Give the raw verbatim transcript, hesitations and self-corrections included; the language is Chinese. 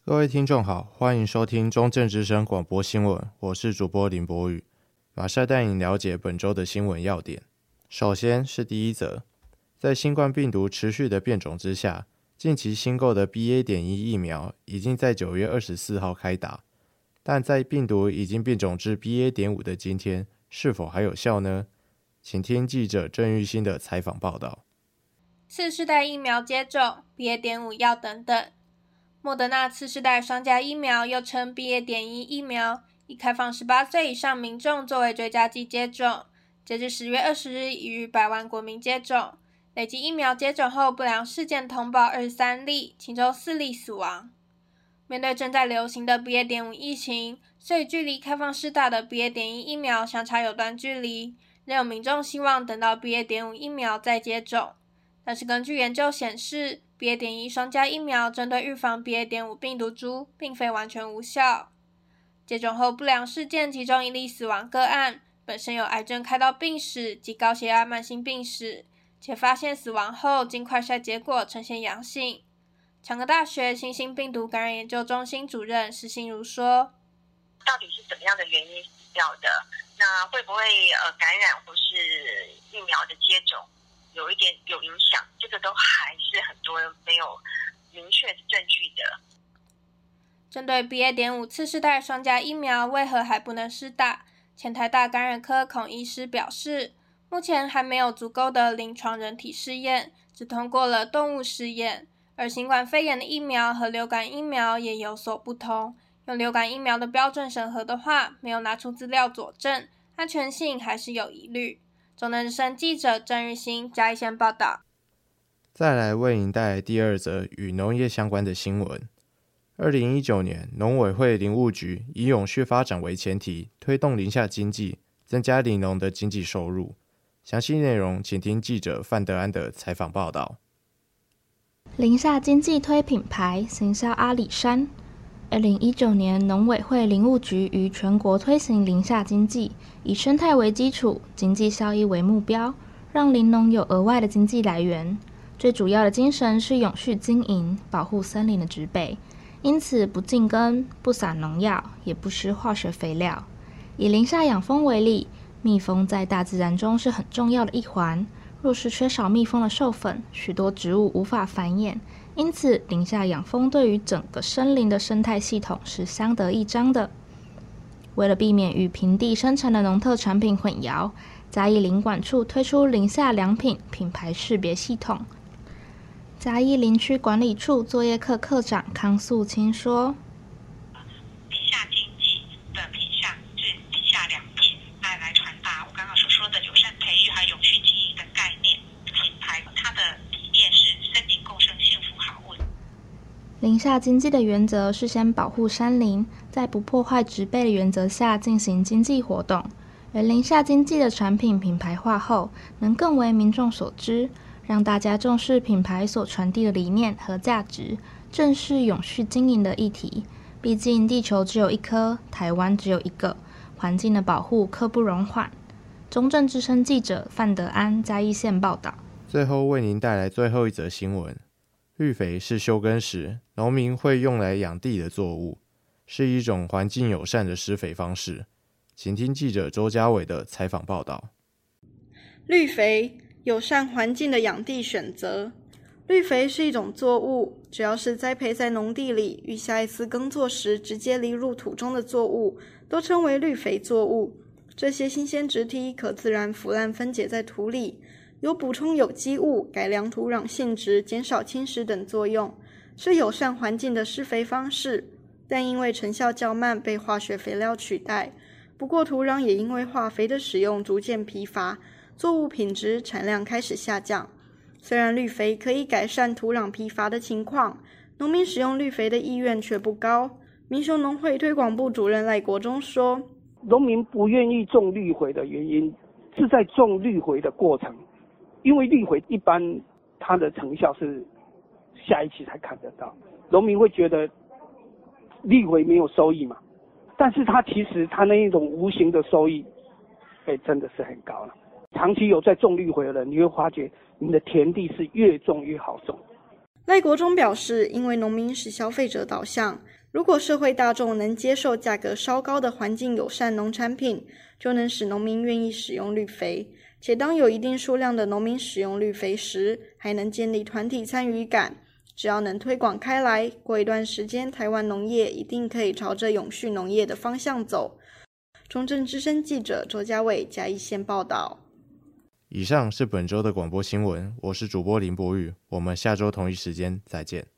各位听众好，欢迎收听中正之声广播新闻，我是主播林博宇，马上带你了解本周的新闻要点。首先是第一则，在新冠病毒持续的变种之下，近期新购的 B A 点一 疫苗已经在九月二十四号开打，但在病毒已经变种至 B A 点五 的今天，是否还有效呢？请听记者郑玉兴的采访报道。 次世代疫苗接种 B A 点五 药等等。莫德纳次世代双价疫苗又称 B A 点一 疫苗，已开放十八岁以上民众作为追加剂接种，截至十月二十日已逾百万国民接种，累计疫苗接种后不良事件通报二十三例，其中四例死亡。面对正在流行的 B A 点五 疫情，所以距离开放施打的 B A 点一 疫苗相差有段距离，仍有民众希望等到 B A 点五 疫苗再接种。但是根据研究显示， B A 点一 双价疫苗针对预防 B A 点五 病毒株并非完全无效。接种后不良事件其中一例死亡个案，本身有癌症开刀病史及高血压慢性病史，且发现死亡后经快筛结果呈现阳性。长庚大学新兴病毒感染研究中心主任施心如说， 到底是怎么样的原因死掉的？那会不会呃感染或是疫苗的接种有一点有影响？这个都还是很多没有明确的证据的。 针对 B A 点五 次世代双价疫苗为何还不能施打，前台大感染科孔医师表示，目前还没有足够的临床人体试验，只通过了动物试验。而新冠肺炎的疫苗和流感疫苗也有所不同，用流感疫苗的标准审核的话，没有拿出资料佐证，安全性还是有疑虑。中正之声记者郑玉兴嘉义县报道。 再来为您带来第二则与农业相关的新闻。二零一九年，农委会林务局以永续发展为前提，推动林下经济，增加林农的经济收入。详细内容请听记者范德安的采访报道。 林下经济推品牌，行销阿里山。二零一九年，农委会林务局于全国推行林下经济，以生态为基础，经济效益为目标，让林农有额外的经济来源。最主要的精神是永续经营，保护森林的植被，因此不禁耕、不撒农药，也不施化学肥料。以林下养蜂为例，蜜蜂在大自然中是很重要的一环。若是缺少蜜蜂的授粉，许多植物无法繁衍，因此林下养蜂对于整个森林的生态系统是相得益彰的。为了避免与平地生产的农特产品混淆，嘉义林管处推出林下良品品牌识别系统。嘉义林区管理处作业课课长康素清说， 林下经济的品项是林下良品，来来传达我刚刚所说的友善培育和永续经营的概念。品牌它的理念是森林共生，幸福好运。 林下经济的原则是先保护山林，在不破坏植被的原则下进行经济活动。而林下经济的产品品牌化后，能更为民众所知，让大家重视品牌所传递的理念和价值，正是永续经营的议题。毕竟地球只有一颗，台湾只有一个，环境的保护刻不容缓。中正之声记者范德安嘉义县报道。 最后为您带来最后一则新闻。绿肥是休耕时农民会用来养地的作物，是一种环境友善的施肥方式。请听记者周家伟的采访报道。 绿肥，友善环境的养地选择。绿肥是一种作物，只要是栽培在农地里，与下一次耕作时直接犁入土中的作物，都称为绿肥作物。这些新鲜植体可自然腐烂分解在土里，有补充有机物、改良土壤性质、减少侵蚀等作用，是友善环境的施肥方式。但因为成效较慢，被化学肥料取代。不过土壤也因为化肥的使用逐渐疲乏，作物品质、产量开始下降。虽然绿肥可以改善土壤疲乏的情况，农民使用绿肥的意愿却不高。民雄农会推广部主任赖国忠说， 农民不愿意种绿肥的原因是在种绿肥的过程，因为绿肥一般它的成效是下一期才看得到，农民会觉得绿肥没有收益嘛，但是它其实它那一种无形的收益，哎，真的是很高了。长期有在种绿肥的人，你会发觉你的田地是越种越好种。 赖国忠表示，因为农民是消费者导向， 如果社会大众能接受价格稍高的环境友善农产品，就能使农民愿意使用绿肥，且当有一定数量的农民使用绿肥时，还能建立团体参与感。只要能推广开来，过一段时间台湾农业一定可以朝着永续农业的方向走。中正之声记者周家伟嘉义县报道。 以上是本周的广播新闻，我是主播林博宇，我们下周同一时间再见。